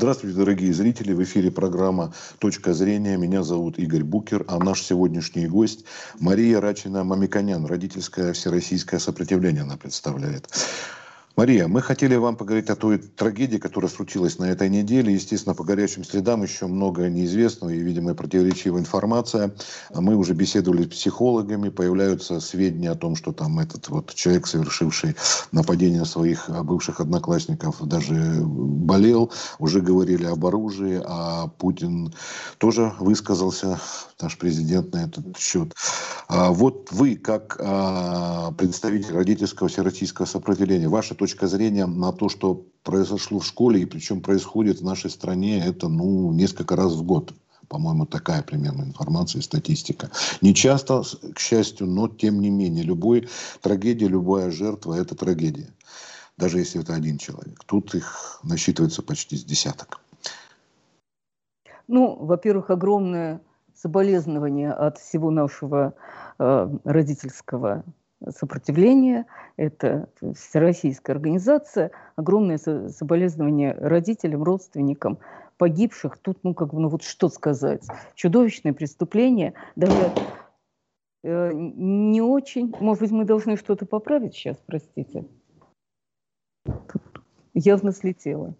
Здравствуйте, дорогие зрители. В эфире программа «Точка зрения». Меня зовут Игорь Букер, а наш сегодняшний гость Мария Рачина-Мамиканян. Родительское всероссийское сопротивление она представляет. Мария, мы хотели вам поговорить о той трагедии, которая случилась на этой неделе. Естественно, по горячим следам еще много неизвестного и, видимо, противоречивая информация. Мы уже беседовали с психологами, появляются сведения о том, что там этот вот человек, совершивший нападение на своих бывших одноклассников, даже болел. Уже говорили об оружии, а Путин тоже высказался, наш президент, на этот счет. Вот вы, как представитель родительского всероссийского сопротивления, ваша точка зрения на то, что произошло в школе, и причем происходит в нашей стране, это несколько раз в год. По-моему, такая примерно информация и статистика. Не часто, к счастью, но тем не менее. Любая трагедия, любая жертва – это трагедия. Даже если это один человек. Тут их насчитывается почти с десяток. Во-первых, огромное соболезнование от всего нашего родительского сопротивления. Это всероссийская организация. Огромное соболезнование родителям, родственникам погибших. Тут, что сказать. Чудовищное преступление. Даже не очень. Может быть, мы должны что-то поправить сейчас, простите. Тут явно слетело.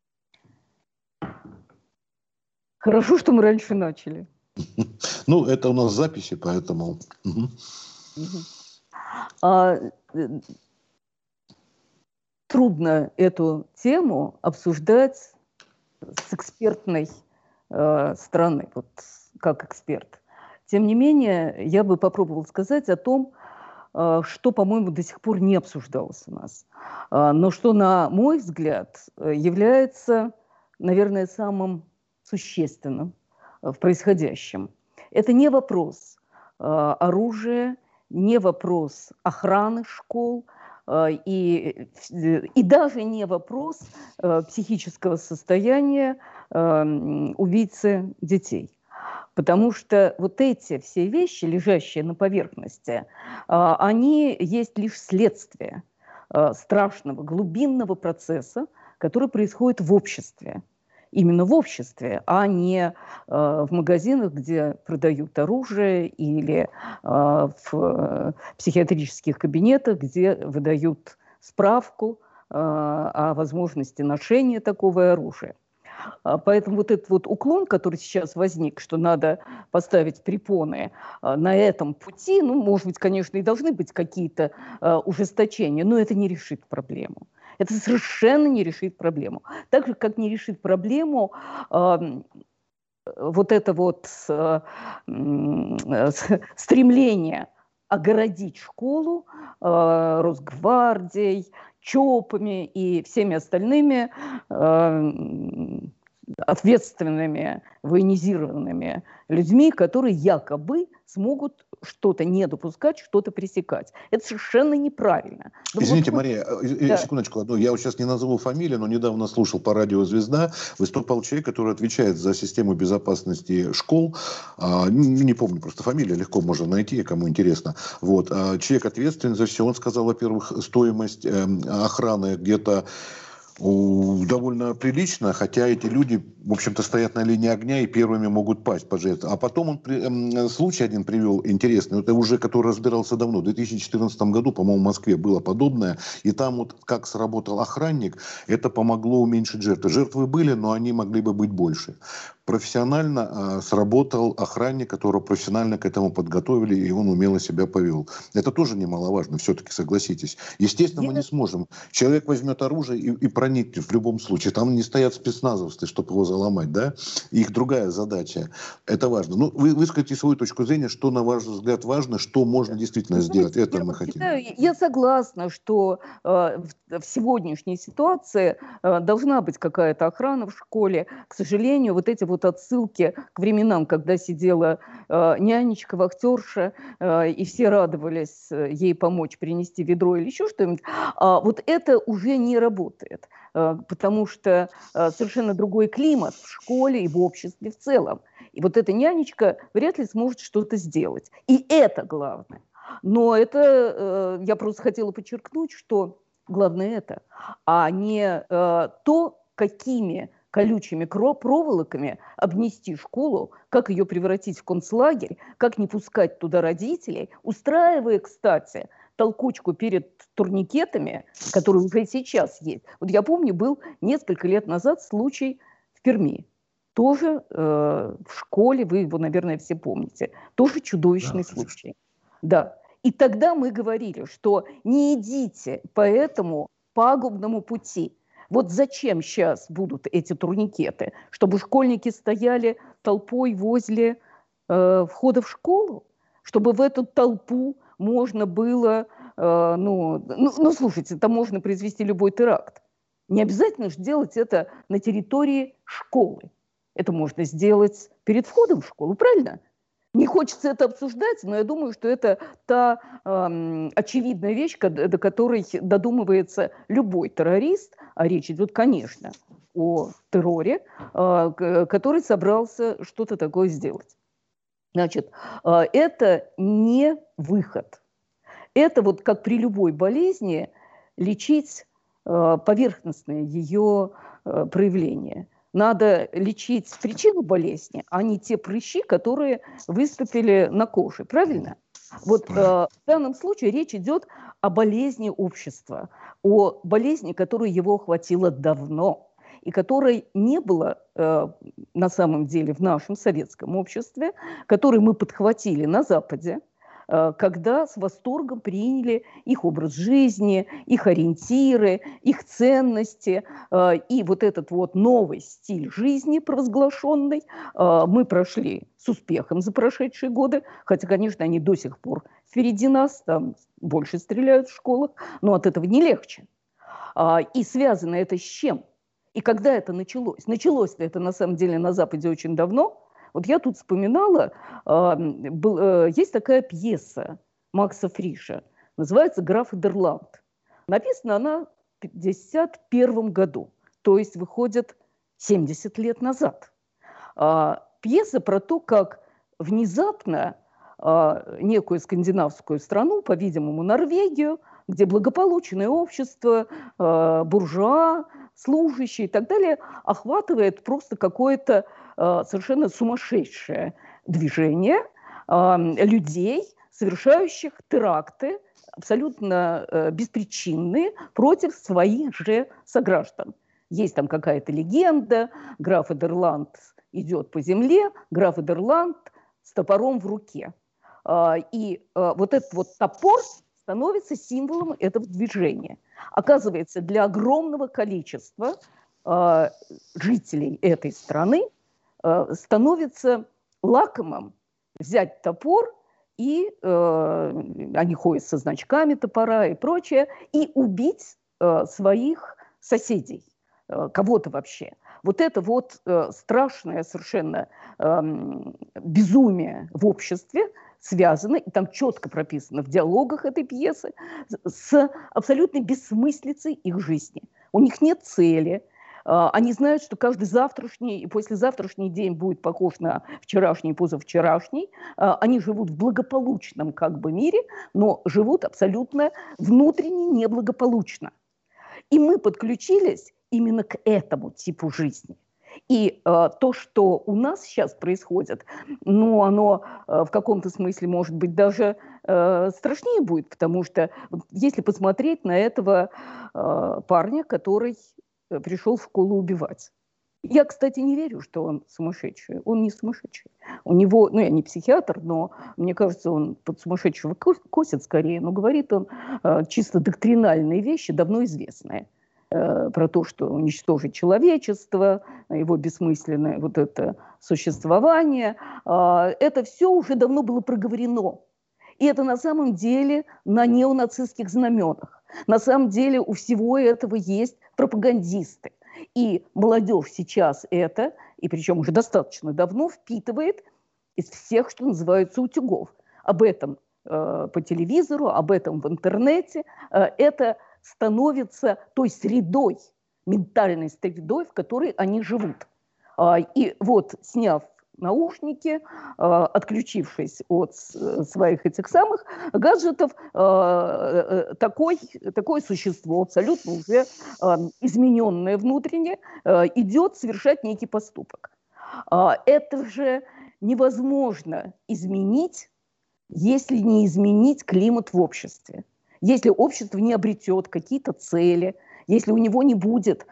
Хорошо, что мы раньше начали. Это у нас записи, поэтому... Трудно эту тему обсуждать с экспертной стороны, вот как эксперт. Тем не менее, я бы попробовала сказать о том, что, по-моему, до сих пор не обсуждалось у нас. Но что, на мой взгляд, является, наверное, самым существенным в происходящем. Это не вопрос оружия, не вопрос охраны школ и даже не вопрос психического состояния убийцы детей. Потому что вот эти все вещи, лежащие на поверхности, они есть лишь следствие страшного глубинного процесса, который происходит в обществе. Именно в обществе, а не в магазинах, где продают оружие, или в психиатрических кабинетах, где выдают справку о возможности ношения такого оружия. Поэтому вот этот вот уклон, который сейчас возник, что надо поставить препоны на этом пути, может быть, конечно, и должны быть какие-то ужесточения, но это не решит проблему. Это совершенно не решит проблему. Так же, как не решит проблему вот это вот стремление огородить школу Росгвардией, ЧОПами и всеми остальными ответственными, военизированными людьми, которые якобы смогут что-то не допускать, что-то пресекать. Это совершенно неправильно. Извините, Мария, секундочку одну. Я сейчас не назову фамилию, но недавно слушал по радио «Звезда». Выступал человек, который отвечает за систему безопасности школ. Не помню просто фамилию, легко можно найти, кому интересно. Вот. Человек ответственный за все. Он сказал, во-первых, стоимость охраны где-то довольно прилично, хотя эти люди, в общем-то, стоят на линии огня и первыми могут пасть под жертву. А потом он случай один привел интересный, это уже который разбирался давно, в 2014 году, по-моему, в Москве было подобное, и там вот как сработал охранник, это помогло уменьшить жертвы. Жертвы были, но они могли бы быть больше. Профессионально сработал охранник, которого профессионально к этому подготовили, и он умело себя повел. Это тоже немаловажно, все-таки согласитесь. Естественно, мы не сможем. Человек возьмет оружие и проникнет в любом случае. Там не стоят спецназовцы, чтобы его заломать, да? Их другая задача. Это важно. Вы выскажите свою точку зрения, что, на ваш взгляд, важно, что можно действительно сделать. Это мы хотим. Я согласна, что в сегодняшней ситуации должна быть какая-то охрана в школе. К сожалению, вот эти вот отсылки к временам, когда сидела нянечка, вахтерша, и все радовались ей помочь принести ведро или еще что-нибудь, вот это уже не работает, потому что совершенно другой климат в школе и в обществе в целом. И вот эта нянечка вряд ли сможет что-то сделать. И это главное. Но это, я просто хотела подчеркнуть, что главное это, а не то, какими колючими проволоками обнести школу, как ее превратить в концлагерь, как не пускать туда родителей, устраивая, кстати, толкучку перед турникетами, которые уже сейчас есть. Вот я помню, был несколько лет назад случай в Перми. Тоже в школе, вы его, наверное, все помните, тоже чудовищный случай. Да. И тогда мы говорили, что не идите по этому пагубному пути. Вот зачем сейчас будут эти турникеты? Чтобы школьники стояли толпой возле входа в школу? Чтобы в эту толпу можно было, слушайте, там можно произвести любой теракт. Не обязательно же делать это на территории школы. Это можно сделать перед входом в школу, правильно? Не хочется это обсуждать, но я думаю, что это та очевидная вещь, до которой додумывается любой террорист, а речь идет, конечно, о терроре, который собрался что-то такое сделать. Значит, это не выход. Это вот как при любой болезни лечить поверхностное ее проявление. Надо лечить причину болезни, а не те прыщи, которые выступили на коже. Правильно? Вот в данном случае речь идет о болезни общества, о болезни, которая его охватила давно и которой не было на самом деле в нашем советском обществе, которую мы подхватили на Западе, когда с восторгом приняли их образ жизни, их ориентиры, их ценности. И вот этот вот новый стиль жизни провозглашенный мы прошли с успехом за прошедшие годы, хотя, конечно, они до сих пор впереди нас, там больше стреляют в школах, но от этого не легче. И связано это с чем? И когда это началось? Началось-то это на самом деле на Западе очень давно. Вот я тут вспоминала, есть такая пьеса Макса Фриша, называется «Граф Эдерланд». Написана она в 1951 году, то есть выходит 70 лет назад. Пьеса про то, как внезапно некую скандинавскую страну, по-видимому, Норвегию, где благополучное общество, буржуа, служащие и так далее, охватывает просто какое-то совершенно сумасшедшее движение людей, совершающих теракты, абсолютно беспричинные, против своих же сограждан. Есть там какая-то легенда, граф Эдерланд идет по земле, граф Эдерланд с топором в руке. И вот этот вот топор становится символом этого движения. Оказывается, для огромного количества жителей этой страны становится лакомым взять топор, и они ходят со значками топора и прочее, и убить своих соседей, кого-то вообще. Вот это вот страшное совершенно безумие в обществе связано, и там четко прописано в диалогах этой пьесы, с абсолютной бессмыслицей их жизни. У них нет цели. Они знают, что каждый завтрашний и послезавтрашний день будет похож на вчерашний и позавчерашний. Они живут в благополучном как бы мире, но живут абсолютно внутренне неблагополучно. И мы подключились именно к этому типу жизни. И то, что у нас сейчас происходит, ну, оно в каком-то смысле, может быть, даже страшнее будет, потому что если посмотреть на этого парня, который пришел в школу убивать. Я, кстати, не верю, что он сумасшедший. Он не сумасшедший. У него, ну, я не психиатр, но мне кажется, он под сумасшедшего косит скорее, но говорит он чисто доктринальные вещи, давно известные. Про то, что уничтожить человечество, его бессмысленное вот это существование. Это все уже давно было проговорено. И это на самом деле на неонацистских знаменах. На самом деле у всего этого есть пропагандисты. И молодежь сейчас это, и причем уже достаточно давно, впитывает из всех, что называется, утюгов. Об этом по телевизору, об этом в интернете. Это становится той средой, ментальной средой, в которой они живут. И вот, сняв наушники, отключившись от своих этих самых гаджетов, такое существо, абсолютно уже измененное внутренне, идет совершать некий поступок. Это же невозможно изменить, если не изменить климат в обществе. Если общество не обретет какие-то цели, если у него не будет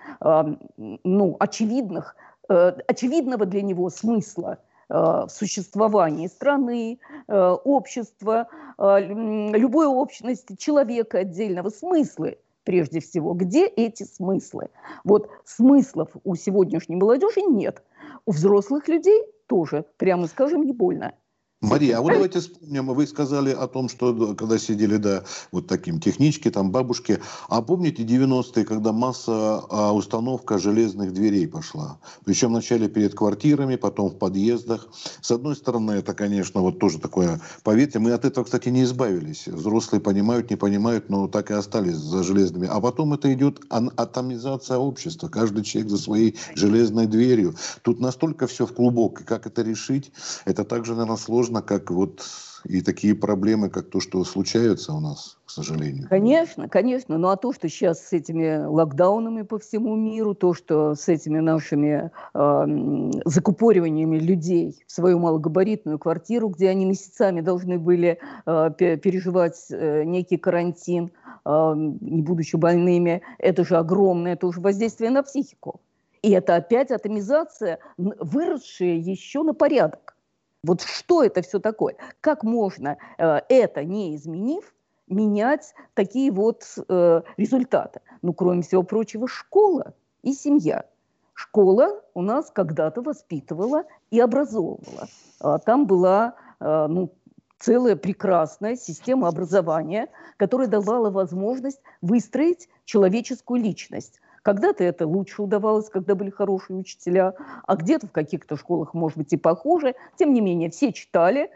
очевидного для него смысла в существовании страны, общества, любой общности, человека отдельного, смыслы прежде всего. Где эти смыслы? Вот смыслов у сегодняшней молодежи нет. У взрослых людей тоже, прямо скажем, не больно. Мария, а вот давайте вспомним, вы сказали о том, что когда сидели, да, вот таким технички, там бабушки, а помните 90-е, когда установка железных дверей пошла? Причем вначале перед квартирами, потом в подъездах. С одной стороны, это, конечно, вот тоже такое поветрие. Мы от этого, кстати, не избавились. Взрослые понимают, не понимают, но так и остались за железными. А потом это идет атомизация общества. Каждый человек за своей железной дверью. Тут настолько все в клубок. И как это решить, это также, наверное, сложно, как вот и такие проблемы, как то, что случаются у нас, к сожалению. Конечно, конечно. Ну а то, что сейчас с этими локдаунами по всему миру, то, что с этими нашими закупориваниями людей в свою малогабаритную квартиру, где они месяцами должны были переживать некий карантин, не будучи больными, это же огромное тоже воздействие на психику. И это опять атомизация, выросшая еще на порядок. Вот что это все такое? Как можно, это не изменив, менять такие вот результаты? Ну, кроме всего прочего, школа и семья. Школа у нас когда-то воспитывала и образовывала. Там была целая прекрасная система образования, которая давала возможность выстроить человеческую личность. Когда-то это лучше удавалось, когда были хорошие учителя, а где-то в каких-то школах, может быть, и похуже. Тем не менее, все читали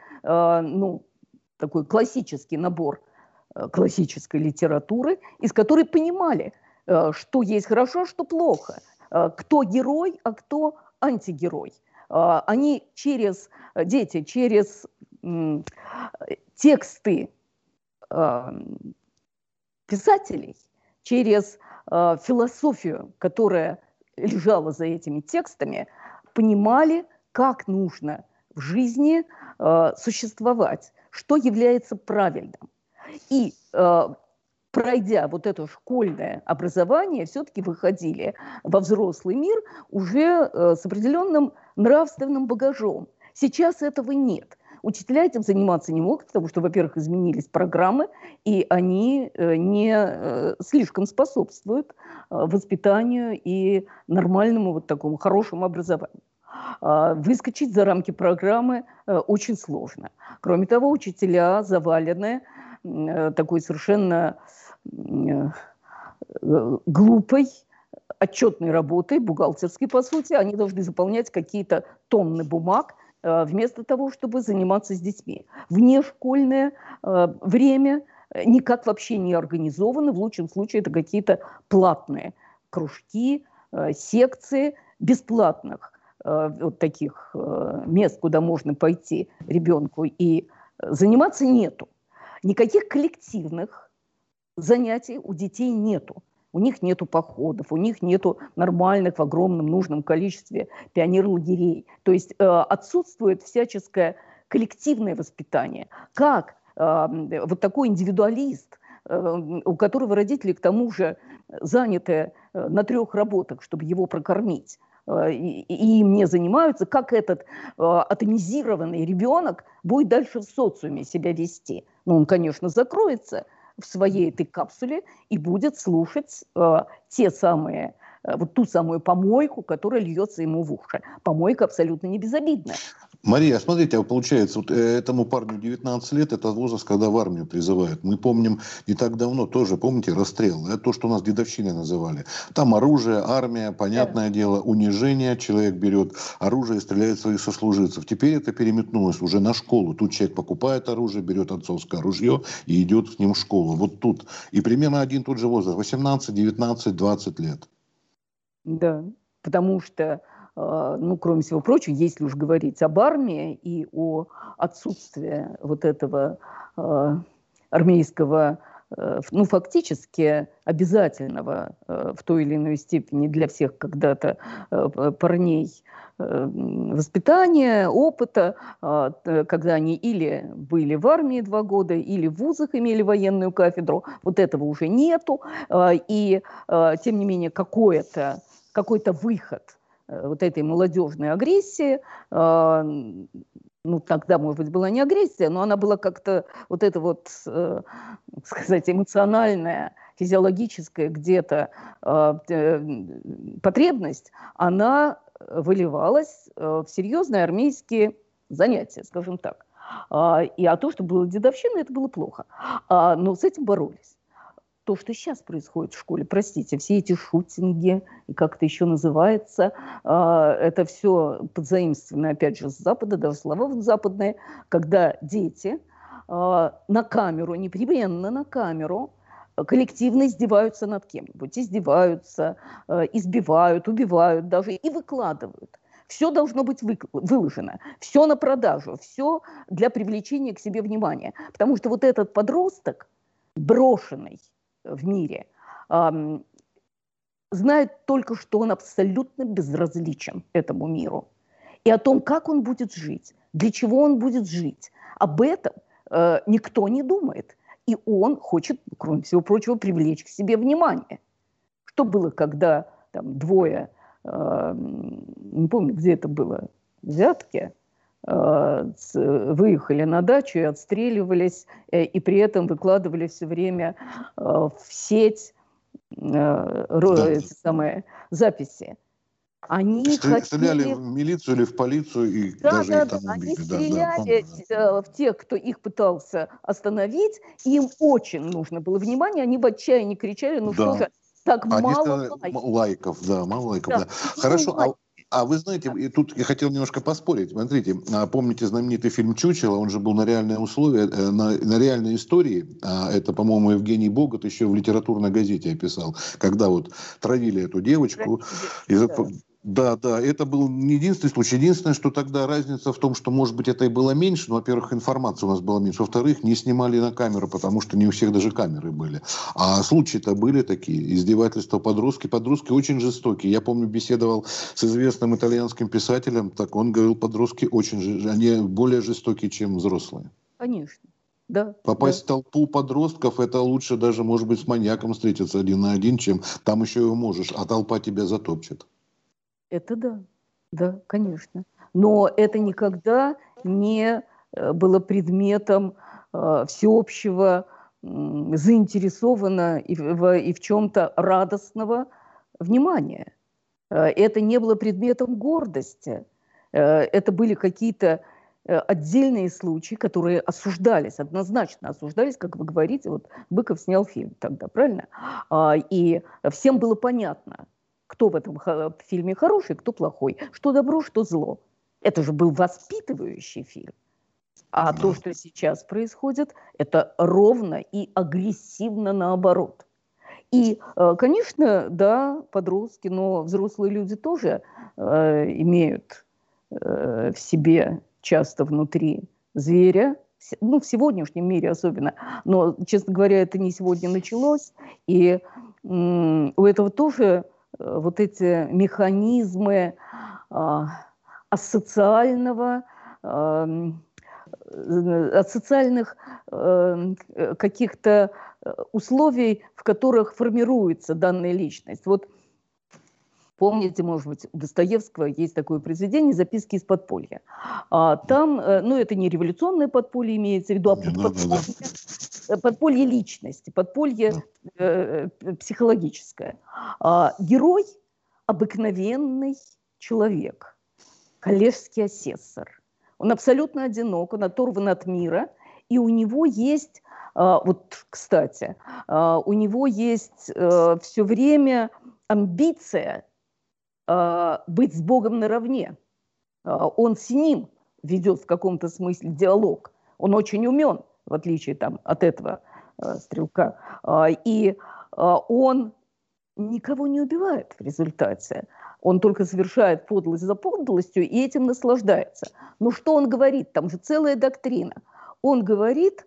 такой классический набор классической литературы, из которой понимали, что есть хорошо, а что плохо, кто герой, а кто антигерой. Дети через тексты писателей, через философию, которая лежала за этими текстами, понимали, как нужно в жизни существовать, что является правильным. И пройдя вот это школьное образование, все-таки выходили во взрослый мир уже с определенным нравственным багажом. Сейчас этого нет. Учителя этим заниматься не могут, потому что, во-первых, изменились программы, и они не слишком способствуют воспитанию и нормальному вот такому хорошему образованию. Выскочить за рамки программы очень сложно. Кроме того, учителя завалены такой совершенно глупой отчетной работой, бухгалтерской, по сути. Они должны заполнять какие-то тонны бумаг, вместо того, чтобы заниматься с детьми. Внешкольное время никак вообще не организовано. В лучшем случае это какие-то платные кружки, секции бесплатных вот таких мест, куда можно пойти ребенку и заниматься, нету. Никаких коллективных занятий у детей нету. У них нету походов, у них нету нормальных в огромном нужном количестве пионер-лагерей. То есть отсутствует всяческое коллективное воспитание. Как вот такой индивидуалист, у которого родители к тому же заняты на 3 работах, чтобы его прокормить, и им не занимаются, как этот атомизированный ребенок будет дальше в социуме себя вести? Ну, он, конечно, закроется в своей этой капсуле и будет слушать ту самую помойку, которая льется ему в уши. Помойка абсолютно не безобидная. Мария, смотрите, получается, вот этому парню 19 лет, это возраст, когда в армию призывают. Мы помним не так давно тоже, помните, расстрел. Это то, что у нас дедовщиной называли. Там оружие, армия, понятное дело, унижение. Человек берет оружие и стреляет своих сослуживцев. Теперь это переметнулось уже на школу. Тут человек покупает оружие, берет отцовское ружье и идет с ним в школу. Вот тут. И примерно один тот же возраст. 18, 19, 20 лет. Да, потому что ну, кроме всего прочего, если уж говорить об армии и о отсутствии вот этого армейского, ну, фактически обязательного в той или иной степени для всех когда-то парней воспитания, опыта, когда они или были в армии 2 года, или в вузах имели военную кафедру. Вот этого уже нету. И, тем не менее, какой-то выход вот этой молодежной агрессии, ну, тогда, может быть, была не агрессия, но она была как-то вот эта вот, сказать, эмоциональная, физиологическая где-то потребность, она выливалась в серьезные армейские занятия, скажем так. И то, что было дедовщиной, это было плохо. Но с этим боролись. То, что сейчас происходит в школе, простите, все эти шутинги, и как это еще называется, это все подзаимствовано, опять же, с Запада, даже слова западные, когда дети на камеру, непременно на камеру, коллективно издеваются над кем-нибудь, издеваются, избивают, убивают даже и выкладывают. Все должно быть выложено, все на продажу, все для привлечения к себе внимания. Потому что вот этот подросток, брошенный в мире, знает только, что он абсолютно безразличен этому миру. И о том, как он будет жить, для чего он будет жить. Об этом никто не думает. И он хочет, кроме всего прочего, привлечь к себе внимание. Что было, когда там двое, не помню, где это было, в Вятке, выехали на дачу и отстреливались, и при этом выкладывали все время в сеть эти самые записи. Они стреляли хотели... в милицию или в полицию, и Да, даже да, их да, там они убили. стреляли в тех, кто их пытался остановить, им очень нужно было внимание, они в отчаянии кричали, ну что же, так Они мало сказали, лайков. лайков, да, мало лайков, да. Хорошо, Лайков. а вы знаете, и тут я хотел немножко поспорить. Смотрите, помните знаменитый фильм «Чучело», он же был на реальные условия, на реальной истории. Это, по-моему, Евгений Богот еще в литературной газете описал, когда вот травили эту девочку. Да, это был не единственный случай. Единственное, что тогда разница в том, что, может быть, это и было меньше. Но, во-первых, информации у нас было меньше. Во-вторых, не снимали на камеру, потому что не у всех даже камеры были. А случаи-то были такие. Издевательства подростки. Подростки очень жестокие. Я помню, беседовал с известным итальянским писателем. Так он говорил, подростки они более жестокие, чем взрослые. Конечно. Да, Попасть в толпу подростков, это лучше даже, может быть, с маньяком встретиться 1 на 1, чем там еще и можешь, а толпа тебя затопчет. Это да, конечно. Но это никогда не было предметом всеобщего заинтересованного и в чем-то радостного внимания. Это не было предметом гордости. Это были какие-то отдельные случаи, которые осуждались, однозначно осуждались, как вы говорите, вот Быков снял фильм тогда, правильно? И всем было понятно, кто в этом фильме хороший, кто плохой, что добро, что зло. Это же был воспитывающий фильм. А то, что сейчас происходит, это ровно и агрессивно наоборот. И, конечно, да, подростки, но взрослые люди тоже имеют в себе часто внутри зверя, ну, в сегодняшнем мире особенно. Но, честно говоря, это не сегодня началось. И у этого тоже вот эти механизмы асоциальных каких-то условий, в которых формируется данная личность. Вот помните, может быть, у Достоевского есть такое произведение «Записки из подполья». Там, ну, это не революционное подполье имеется в виду, а подполье личности, подполье психологическое. Герой – обыкновенный человек, коллежский асессор. Он абсолютно одинок, он оторван от мира, и у него есть, вот, кстати, у него есть все время амбиция быть с Богом наравне. Он с ним ведет в каком-то смысле диалог. Он очень умен, в отличие там, от этого стрелка. И он никого не убивает в результате. Он только совершает подлость за подлостью и этим наслаждается. Но что он говорит? Там же целая доктрина. Он говорит,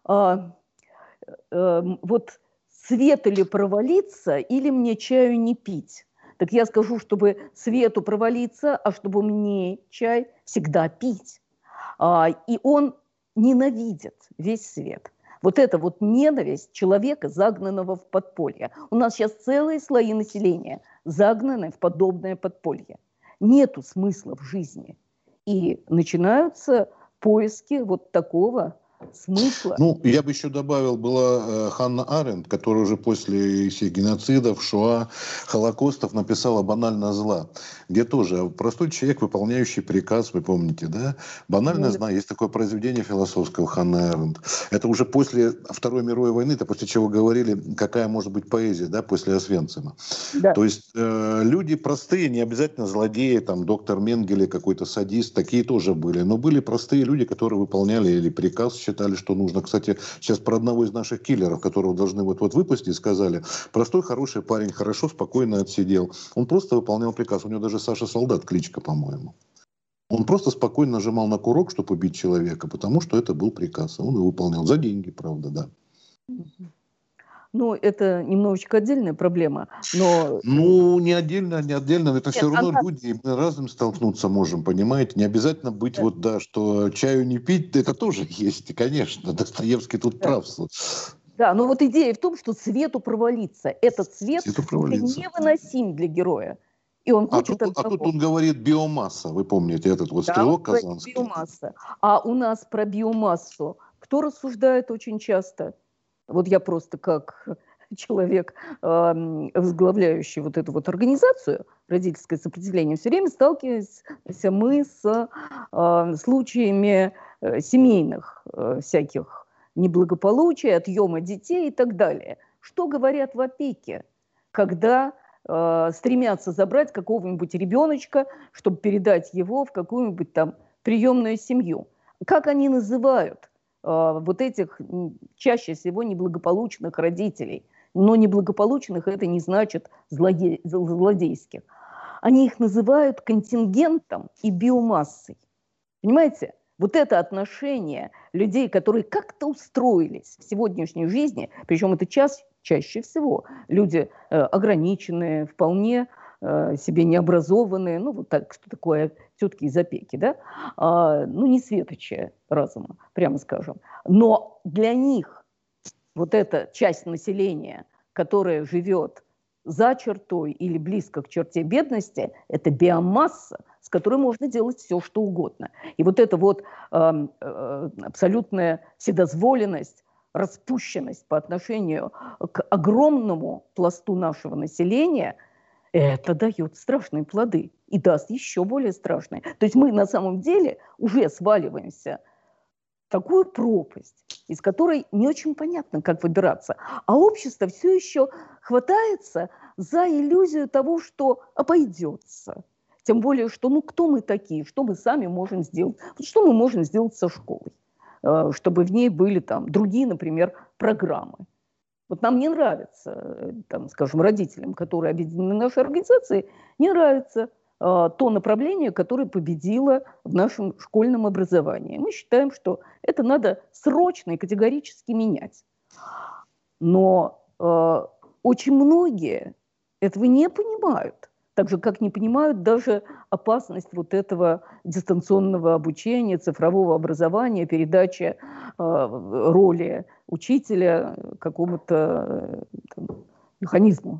вот свет или провалиться, или мне чаю не пить. Так я скажу, чтобы свету провалиться, а чтобы мне чай всегда пить. И он ненавидит весь свет. Вот это вот ненависть человека, загнанного в подполье. У нас сейчас целые слои населения загнаны в подобное подполье. Нету смысла в жизни. И начинаются поиски вот такого смысла. Ну, я бы еще добавил, была Ханна Аренд, которая уже после всех геноцидов, Шоа, Холокостов написала «Банально зла», где тоже простой человек, выполняющий приказ, вы помните, да? «Банально зла». Есть такое произведение философское Ханны Аренд. Это уже после Второй мировой войны, это после чего говорили, какая может быть поэзия, да, после Освенцима. Да. То есть люди простые, не обязательно злодеи, там, доктор Менгеле, какой-то садист, такие тоже были. Но были простые люди, которые выполняли или приказ, считали, что нужно. Кстати, сейчас про одного из наших киллеров, которого должны вот-вот выпустить, сказали, простой, хороший парень, хорошо, спокойно отсидел. Он просто выполнял приказ. У него даже Саша Солдат кличка, по-моему. Он просто спокойно нажимал на курок, чтобы убить человека, потому что это был приказ. Он его выполнял за деньги, правда, да. Ну, это немножечко отдельная проблема, но... Ну, не отдельно, это все равно люди, мы разным столкнуться можем, понимаете? Не обязательно быть вот, да, что чаю не пить, это тоже есть, конечно, Достоевский тут прав. Да, но вот идея в том, что свету провалиться. Этот свет невыносим для героя. И он хочет а тут он говорит биомасса, вы помните, этот вот стрелок казанский. Биомасса. А у нас про биомассу кто рассуждает очень часто? Вот я просто как человек, возглавляющий вот эту вот организацию «Родительское сопротивление», все время сталкиваемся мы с случаями семейных всяких неблагополучий, отъема детей и так далее. Что говорят в опеке, когда стремятся забрать какого-нибудь ребеночка, чтобы передать его в какую-нибудь там приемную семью? Как они называют вот этих чаще всего неблагополучных родителей? Но неблагополучных это не значит злодейских. Они их называют контингентом и биомассой. Понимаете? Вот это отношение людей, которые как-то устроились в сегодняшней жизни, причем это чаще всего люди ограниченные, вполне себе необразованные, ну вот так, что такое тетки из опеки, да, ну не светочие разума, прямо скажем. Но для них вот эта часть населения, которая живет за чертой или близко к черте бедности, это биомасса, с которой можно делать все, что угодно. И вот эта вот абсолютная вседозволенность, распущенность по отношению к огромному пласту нашего населения, это дает страшные плоды и даст еще более страшные. То есть мы на самом деле уже сваливаемся в такую пропасть, из которой не очень понятно, как выбираться. А общество все еще хватается за иллюзию того, что обойдется. Тем более, что ну кто мы такие, что мы сами можем сделать? Вот что мы можем сделать со школой, чтобы в ней были там другие, например, программы. Вот нам не нравится, там, скажем, родителям, которые объединены в нашей организации, не нравится то направление, которое победило в нашем школьном образовании. Мы считаем, что это надо срочно и категорически менять. Но очень многие этого не понимают. Так же, как не понимают даже опасность вот этого дистанционного обучения, цифрового образования, передачи роли учителя какому-то механизму,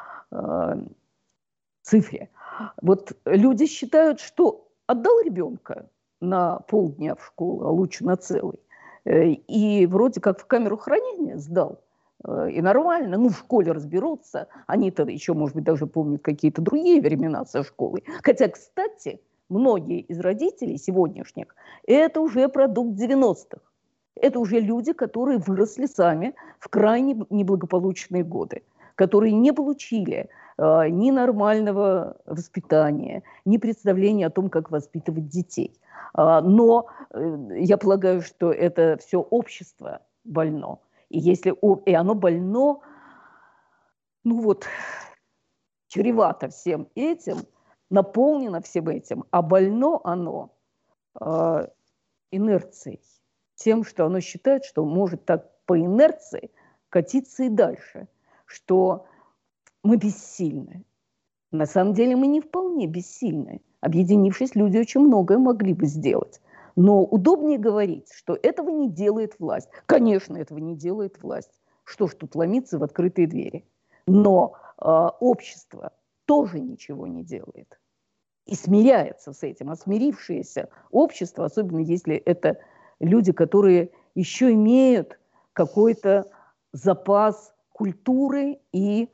цифре. Вот люди считают, что отдал ребенка на полдня в школу, а лучше на целый, и вроде как в камеру хранения сдал. И нормально, ну в школе разберутся, они-то еще, может быть, даже помнят какие-то другие времена со школой. Хотя, кстати, многие из родителей сегодняшних, это уже продукт 90-х. Это уже люди, которые выросли сами в крайне неблагополучные годы, которые не получили ни нормального воспитания, ни представления о том, как воспитывать детей. Но я полагаю, что это все общество больно. И если и оно больно, ну вот, чревато всем этим, наполнено всем этим, а больно оно инерцией, тем, что оно считает, что может так по инерции катиться и дальше, что мы бессильны. На самом деле мы не вполне бессильны. Объединившись, люди очень многое могли бы сделать. Но удобнее говорить, что этого не делает власть. Конечно, этого не делает власть. Что ж тут ломиться в открытые двери? Но общество тоже ничего не делает. И смиряется с этим. А смирившееся общество, особенно если это люди, которые еще имеют какой-то запас культуры и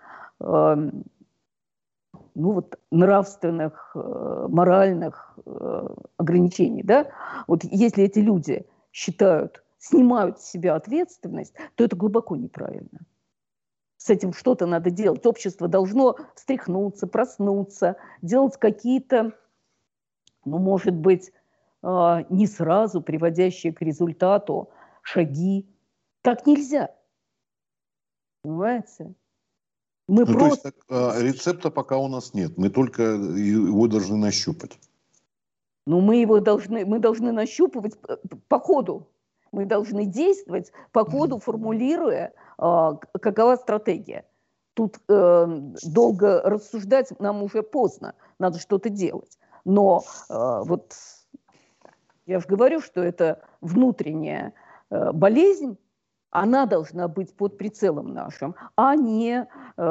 нравственных, моральных ограничений. Да? Вот если эти люди снимают с себя ответственность, то это глубоко неправильно. С этим что-то надо делать. Общество должно встряхнуться, проснуться, делать какие-то, может быть, не сразу приводящие к результату шаги. Так нельзя. Понимаете? То есть рецепта пока у нас нет. Мы только его должны нащупать. Мы должны нащупывать по ходу. Мы должны действовать по ходу, формулируя, какова стратегия. Тут долго рассуждать нам уже поздно. Надо что-то делать. Но вот я же говорю, что это внутренняя болезнь, она должна быть под прицелом нашим, а не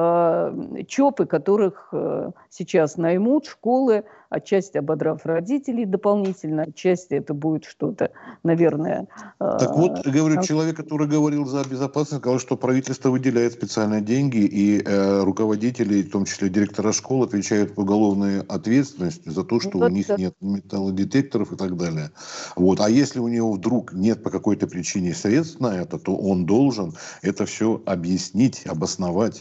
ЧОПы, которых сейчас наймут, школы, отчасти ободрав родителей дополнительно, отчасти это будет что-то, наверное... Так вот, говорю, человек, который говорил за безопасность, сказал, что правительство выделяет специальные деньги, и руководители, в том числе директора школ, отвечают по уголовной ответственности за то, что у них нет металлодетекторов и так далее. Вот. А если у него вдруг нет по какой-то причине средств на это, то он должен это все объяснить, обосновать.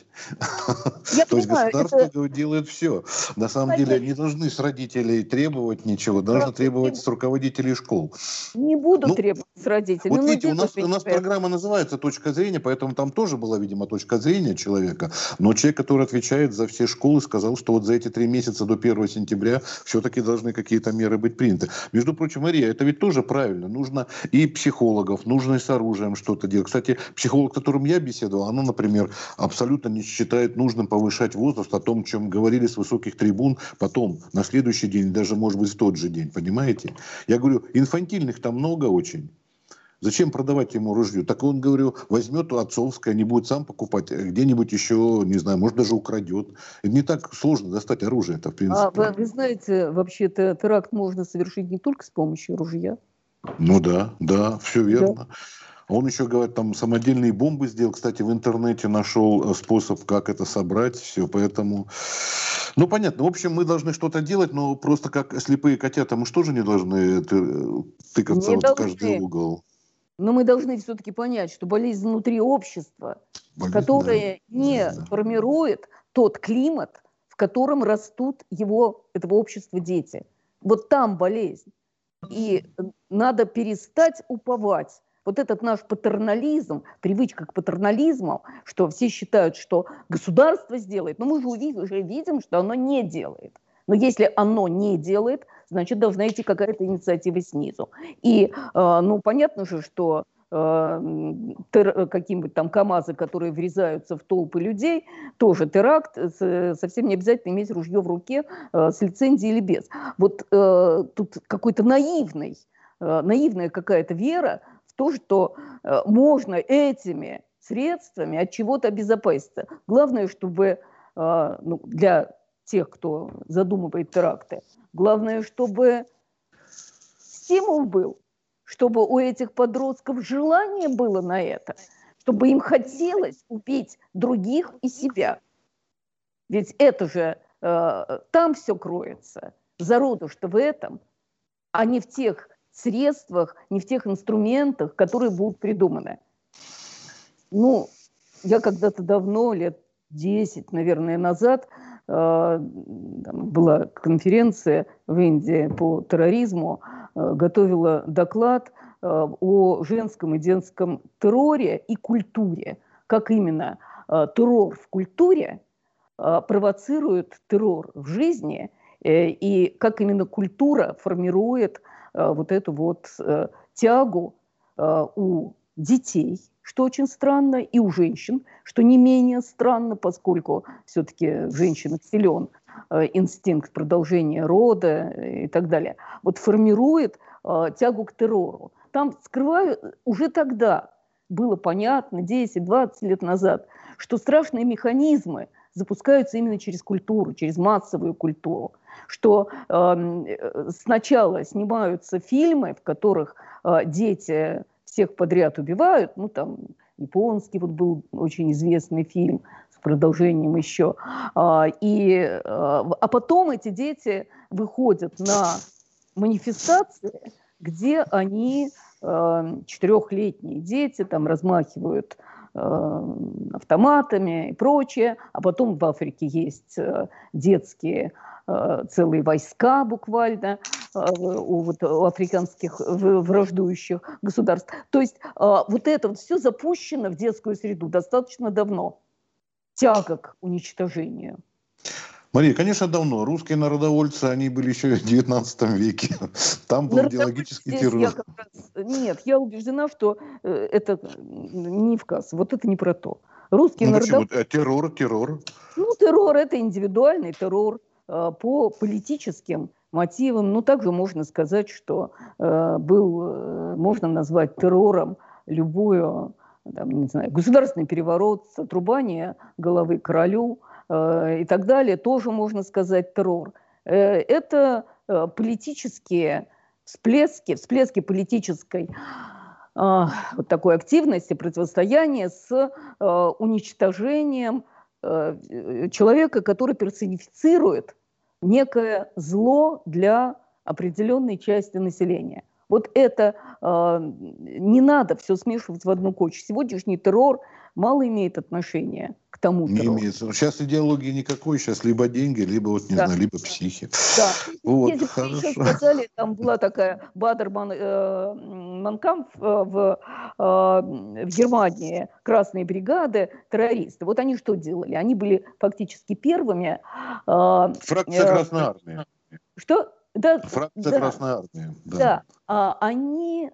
То есть государство делает все. На самом деле они должны с родителей требовать ничего, должны требовать с руководителей школ. Не буду требовать с родителей. Вот видите, у нас программа называется «Точка зрения», поэтому там тоже была, видимо, точка зрения человека. Но человек, который отвечает за все школы, сказал, что вот за эти 3 месяца до 1 сентября все-таки должны какие-то меры быть приняты. Между прочим, Мария, это ведь тоже правильно. Нужно и психологов, нужно и с оружием что-то делать. Кстати, психолог, с которым я беседовал, она, например, абсолютно не считает нужным повышать возраст, о том, чем говорили с высоких трибун, потом, на следующий день, даже, может быть, в тот же день, понимаете? Я говорю, инфантильных там много очень. Зачем продавать ему ружье? Так он, говорю, возьмет отцовское, не будет сам покупать, где-нибудь еще, не знаю, может, даже украдет. Это не так сложно достать оружие-то, в принципе. Вы знаете, вообще-то теракт можно совершить не только с помощью ружья. Ну да, все верно. Да. Он еще, говорит, там самодельные бомбы сделал. Кстати, в интернете нашел способ, как это собрать. Все, поэтому... Ну, понятно. В общем, мы должны что-то делать, но просто как слепые котята мы что же не должны тыкаться в каждый угол? Но мы должны все-таки понять, что болезнь внутри общества, которая не формирует тот климат, в котором растут этого общества дети. Вот там болезнь. И надо перестать уповать. Вот этот наш патернализм, привычка к патернализму, что все считают, что государство сделает, но мы же уже видим, что оно не делает. Но если оно не делает, значит, должна идти какая-то инициатива снизу. И, понятно же, что какие-нибудь там КАМАЗы, которые врезаются в толпы людей, тоже теракт, совсем не обязательно иметь ружье в руке с лицензией или без. Вот тут какой-то наивная какая-то вера в то, что можно этими средствами от чего-то обезопаситься. Главное, чтобы для тех, кто задумывает теракты, главное, чтобы стимул был, чтобы у этих подростков желание было на это, чтобы им хотелось убить других и себя. Ведь это же там все кроется, зародыш-то в этом, а не в тех средствах, не в тех инструментах, которые будут придуманы. Я когда-то давно, лет 10, наверное, назад, была конференция в Индии по терроризму, готовила доклад о женском и детском терроре и культуре. Как именно террор в культуре провоцирует террор в жизни И как именно культура формирует вот эту вот тягу у детей, что очень странно, и у женщин, что не менее странно, поскольку все-таки в женщинах силен инстинкт продолжения рода и так далее, вот формирует тягу к террору. Там скрывают, уже тогда было понятно, 10-20 лет назад, что страшные механизмы запускаются именно через культуру, через массовую культуру, что сначала снимаются фильмы, в которых дети всех подряд убивают, ну там японский вот был очень известный фильм с продолжением еще, а потом эти дети выходят на манифестации, где они, 4-летние дети, там размахивают автоматами и прочее, а потом в Африке есть детские целые войска буквально у африканских враждующих государств. То есть вот это вот все запущено в детскую среду достаточно давно. Тяга к уничтожению. Мария, конечно, давно. Русские народовольцы, они были еще в 19 веке. Там был идеологический террор. Нет, я убеждена, что это не вказ. Вот это не про то. Русские народовольцы... Террор. Ну, террор – это индивидуальный террор по политическим мотивам. Ну, также можно сказать, что можно назвать террором любую, там, не знаю, государственный переворот, отрубание головы королю и так далее. Тоже можно сказать террор. Это политические всплески политической вот такой активности, противостояния с уничтожением человека, который персонифицирует некое зло для определенной части населения. Вот это не надо все смешивать в одну кучу. Сегодняшний террор мало имеет отношения к тому террору. Не имеет. Сейчас идеологии никакой, сейчас либо деньги, либо, вот, не знаю, либо психи. Да. Вот, если бы еще сказали, там была такая Бадер-Манкамп в Германии, красные бригады, террористы. Вот они что делали? Они были фактически первыми. Фракция Красной Армии. Что? Да, Фракция Красной Армии. Да. Они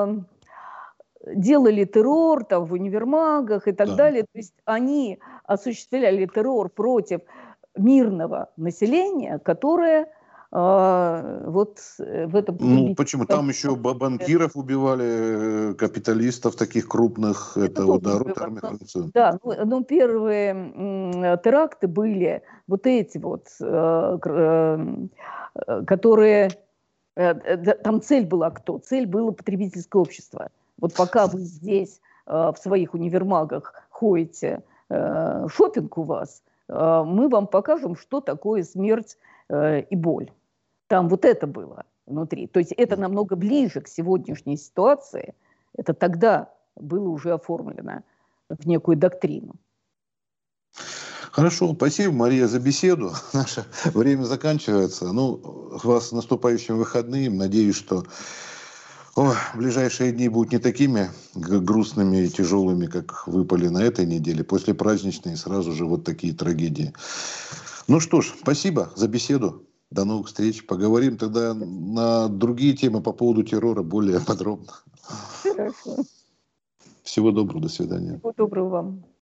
делали террор там в универмагах и так далее. То есть они осуществляли террор против мирного населения, которое вот в этом... Ну, почему? Там еще банкиров убивали, капиталистов таких крупных. Это вот, да, но первые теракты были вот эти вот, которые... Там цель была кто? Цель было потребительское общество. Вот пока вы здесь в своих универмагах ходите, шопинг у вас, мы вам покажем, что такое смерть и боль. Там вот это было внутри. То есть это намного ближе к сегодняшней ситуации. Это тогда было уже оформлено в некую доктрину. Хорошо, спасибо, Мария, за беседу. Наше время заканчивается. Ну, вас с наступающими выходными. Надеюсь, что ближайшие дни будут не такими грустными и тяжелыми, как выпали на этой неделе. После праздничной сразу же вот такие трагедии. Ну что ж, спасибо за беседу. До новых встреч. Поговорим тогда на другие темы по поводу террора более подробно. Хорошо. Всего доброго, до свидания. Всего доброго вам.